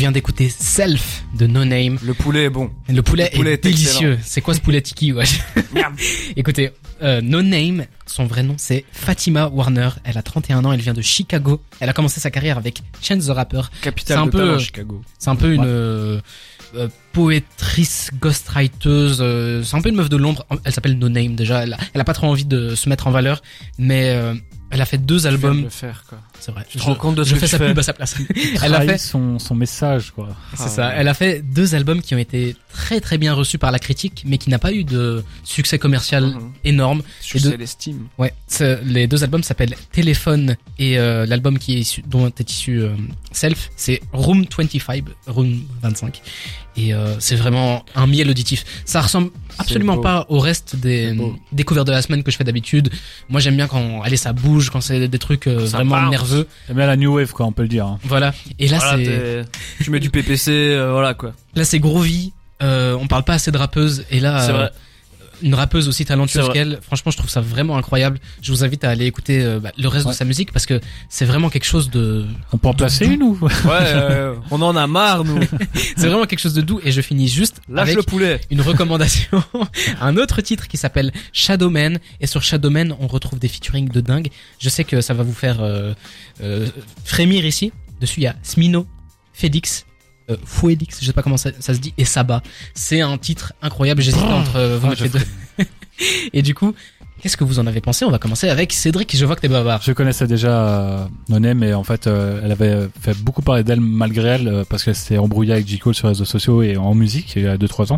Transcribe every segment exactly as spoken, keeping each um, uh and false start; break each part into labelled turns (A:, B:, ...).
A: vient d'écouter Self de No Name.
B: Le poulet est bon.
A: Le poulet,
B: Le poulet
A: est,
B: est
A: délicieux. C'est quoi ce poulet tiki, ouais. Écoutez, euh, No Name, son vrai nom c'est Fatima Warner. Elle a trente et un ans, elle vient de Chicago. Elle a commencé sa carrière avec Chance the Rapper.
B: Capitale
A: c'est un
B: de
A: peu,
B: talent, Chicago.
A: C'est un peu une
B: Ouais.
A: euh, euh, poétrice, ghostwriteuse. Euh, c'est un peu une meuf de l'ombre. Elle s'appelle No Name déjà. Elle a, elle a pas trop envie de se mettre en valeur, mais euh, elle a fait deux
B: Tu viens de
A: albums.
B: le faire, quoi.
A: C'est vrai.
B: Tu te rends compte de ce
A: je
B: que
A: fais
B: tu
A: sa
B: fais.
A: pub à sa place. Elle
C: Elle
A: a fait,
C: son, son message, quoi.
A: c'est
B: Ah,
A: ça.
B: ouais.
A: Elle a fait deux albums qui ont été très très bien reçus par la critique, mais qui n'a pas eu de succès commercial
B: Mhm.
A: énorme.
B: Je
A: Et
B: sais
A: de-
B: l'estime.
A: Ouais, c'est- les deux albums s'appellent Téléphone et euh, l'album qui est issu, dont est issu euh, Self, c'est Room vingt-cinq, Room vingt-cinq. Et euh, c'est vraiment un miel auditif. Ça ressemble absolument
B: beau.
A: pas au reste des
B: C'est beau.
A: des covers de la semaine que je fais d'habitude. Moi j'aime bien quand allez ça bouge, quand c'est des trucs euh,
B: Ça
A: vraiment
B: bounce.
A: nerveux.
C: C'est bien la new wave, quoi, on peut le dire. hein.
A: Voilà. Et là
B: Voilà,
A: c'est
B: t'es- tu mets du P P C, euh, voilà quoi.
A: là c'est groovy. Euh, on parle pas assez de rappeuses et là
B: C'est
A: euh,
B: vrai.
A: une rappeuse aussi
B: C'est
A: talentueuse
B: vrai.
A: qu'elle. Franchement, je trouve ça vraiment incroyable. Je vous invite à aller écouter euh, bah, le reste
C: Ouais.
A: de sa musique parce que c'est vraiment quelque chose de,
C: On peut en placer une ou
B: Ouais, euh, on en a marre, nous.
A: c'est vraiment quelque chose de doux. Et je finis juste
B: Lâche
A: avec
B: le poulet.
A: une recommandation, un autre titre qui s'appelle Shadowman. Et sur Shadowman, on retrouve des featuring de dingue. Je sais que ça va vous faire euh, euh, frémir ici. Dessus, il y a Smino, Fedix. Euh, Fouedix, je sais pas comment ça, ça se dit, et Saba. C'est un titre incroyable. J'hésitais entre euh, vous
C: Ah,
A: mettre les
C: je
A: deux. Et du coup, qu'est-ce que vous en avez pensé? On va commencer avec Cédric. Je vois que t'es bavard.
C: Je connaissais déjà euh, Noné, mais en fait, euh, elle avait fait beaucoup parler d'elle malgré elle, euh, parce qu'elle s'était embrouillée avec J. Cole sur les réseaux sociaux et en musique il y a deux trois ans.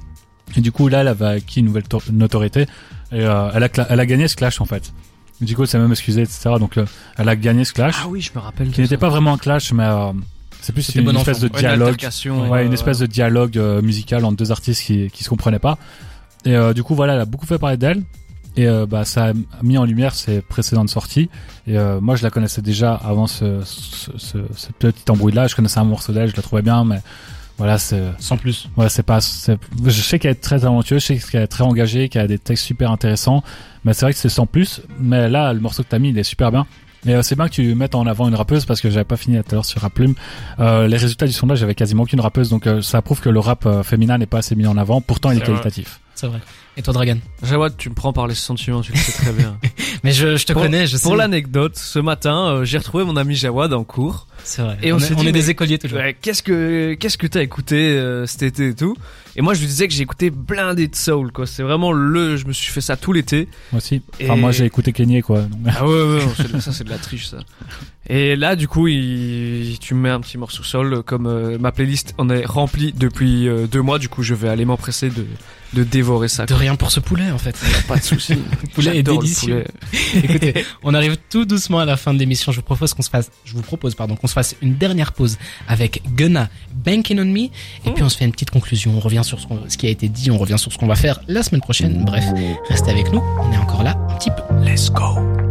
C: Et du coup, là, elle avait acquis une nouvelle to- notoriété et euh, elle, a cla- elle a gagné ce clash en fait. J. Cole s'est même excusé, et cetera. Donc, euh, elle a gagné ce clash,
B: Ah oui, je me rappelle.
C: qui n'était pas vraiment un clash, mais euh, c'est plus
A: C'était
C: une
A: bon
C: espèce
A: enfant.
C: de dialogue. Ouais, une espèce de dialogue euh, musical entre deux artistes qui qui se comprenaient pas. Et euh, du coup, voilà, elle a beaucoup fait parler d'elle. Et euh, bah, ça a mis en lumière ses précédentes sorties. Et euh, moi, je la connaissais déjà avant ce, ce, ce, cette petite embrouille-là. Je connaissais un morceau d'elle, je la trouvais bien, mais voilà, c'est,
A: Sans plus.
C: voilà, c'est pas. C'est, je sais qu'elle est très talentueuse, je sais qu'elle est très engagée, qu'elle a des textes super intéressants. Mais c'est vrai que c'est sans plus. Mais là, le morceau que t'as mis, il est super bien. Et euh, c'est bien que tu mettes en avant une rappeuse parce que j'avais pas fini tout à l'heure sur Rap Plume. Euh, les résultats du sondage, j'avais quasiment aucune rappeuse, donc euh, ça prouve que le rap euh, féminin n'est pas assez mis en avant. Pourtant, il est
B: C'est vrai.
C: qualitatif.
A: C'est vrai. Et toi, Dragan?
B: Jawad, tu me prends par les sentiments, tu le sais très bien.
A: Mais je, je te
B: Pour-
A: connais, je sais.
B: Pour l'anecdote, ce matin, euh, j'ai retrouvé mon ami Jawad en cours.
A: C'est vrai.
B: Et on
A: on,
B: s'est
A: est,
B: dit,
A: on est
B: mais-
A: des écoliers toujours.
B: Ouais, qu'est-ce que qu'est-ce que t'as écouté euh, cet été et tout. Et moi, je lui disais que j'ai écouté blindé de soul, quoi. C'est vraiment le, je me suis fait ça tout l'été.
C: Moi aussi. Enfin,
B: Et-
C: moi, j'ai écouté Kenyé, quoi. Donc,
B: Ah ouais, ouais, ouais, c'est de- ça c'est de la triche, ça. Et là, du coup, il, tu me mets un petit morceau soul, comme euh, ma playlist en est remplie depuis euh, deux mois. Du coup, je vais aller m'empresser de de dévorer ça.
A: De rien pour ce poulet, en fait.
B: Pas de souci.
A: Le poulet est
B: J'adore le
A: délicieux.
B: poulet.
A: Écoutez, on arrive tout doucement à la fin de l'émission. Je vous propose qu'on se fasse, je vous propose, pardon, qu'on se fasse une dernière pause avec Gunna, Banking on Me. Et puis on se fait une petite conclusion. On revient sur ce, qu'on- ce qui a été dit. On revient sur ce qu'on va faire la semaine prochaine. Bref, restez avec nous. On est encore là un petit peu. Let's go.